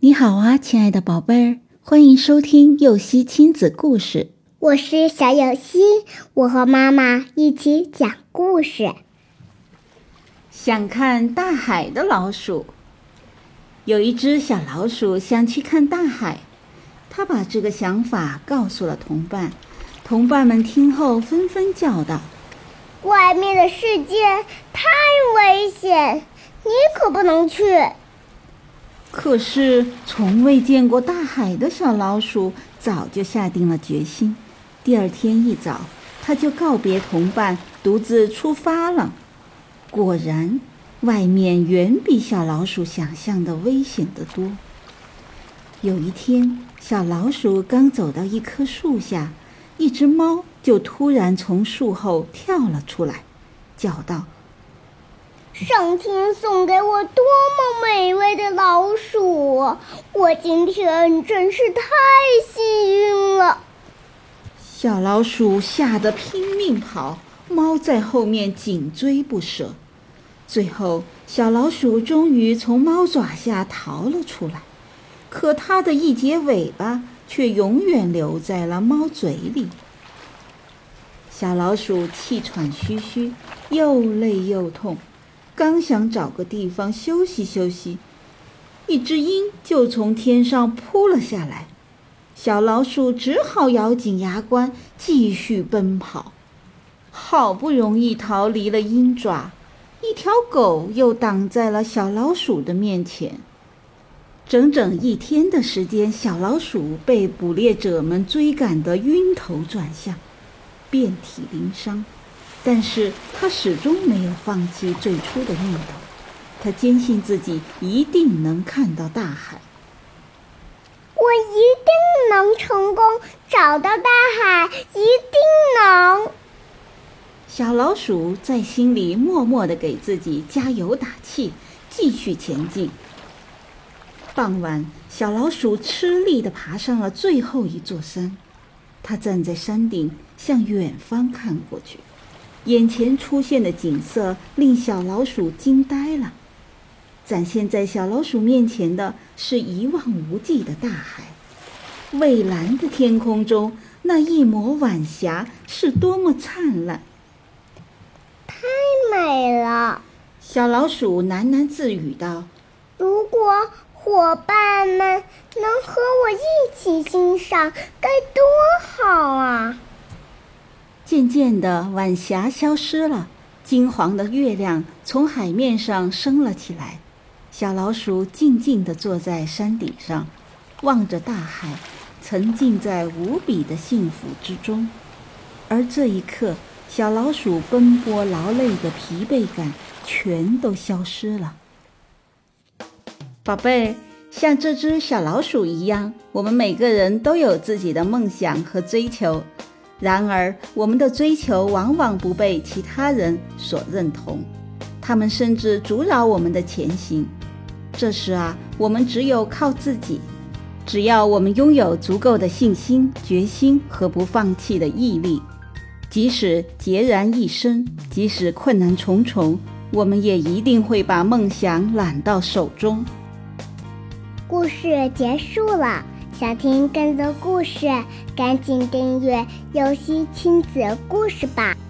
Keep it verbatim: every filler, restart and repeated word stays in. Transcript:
你好啊，亲爱的宝贝儿，欢迎收听幼熙亲子故事。 我是小幼熙，我和妈妈一起讲故事。 想看大海的老鼠。有一只小老鼠想去看大海，它把这个想法告诉了同伴，同伴们听后纷纷叫道： 外面的世界太危险，你可不能去。 可是从未见过大海的小老鼠早就下定了决心，第二天一早，它就告别同伴，独自出发了。果然，外面远比小老鼠想象的危险得多。有一天，小老鼠刚走到一棵树下，一只猫就突然从树后跳了出来，叫道： 上天送给我多么美味的老鼠，我今天真是太幸运了。 小老鼠吓得拼命跑，猫在后面紧追不舍。最后，小老鼠终于从猫爪下逃了出来，可它的一截尾巴却永远留在了猫嘴里。小老鼠气喘吁吁，又累又痛，刚想找个地方休息休息，一只鹰就从天上扑了下来。小老鼠只好咬紧牙关继续奔跑。好不容易逃离了鹰爪，一条狗又挡在了小老鼠的面前。整整一天的时间，小老鼠被捕猎者们追赶得晕头转向，遍体鳞伤。但是他始终没有放弃最初的念头，他坚信自己一定能看到大海。 我一定能成功找到大海，一定能！ 小老鼠在心里默默地给自己加油打气，继续前进。傍晚，小老鼠吃力地爬上了最后一座山，它站在山顶，向远方看过去。眼前出现的景色令小老鼠惊呆了，展现在小老鼠面前的是一望无际的大海。蔚蓝的天空中，那一抹晚霞是多么灿烂！ 太美了， 小老鼠喃喃自语道： 如果伙伴们能和我一起欣赏，该多好啊！ 渐渐的，晚霞消失了，金黄的月亮从海面上升了起来。小老鼠静静地坐在山顶上，望着大海，沉浸在无比的幸福之中。而这一刻，小老鼠奔波劳累的疲惫感全都消失了。宝贝，像这只小老鼠一样，我们每个人都有自己的梦想和追求。然而，我们的追求往往不被其他人所认同，他们甚至阻挠我们的前行。这时啊，我们只有靠自己。只要我们拥有足够的信心、决心和不放弃的毅力，即使孑然一身，即使困难重重，我们也一定会把梦想揽到手中。 故事结束了。想听更多故事，赶紧订阅幼熙亲子故事吧。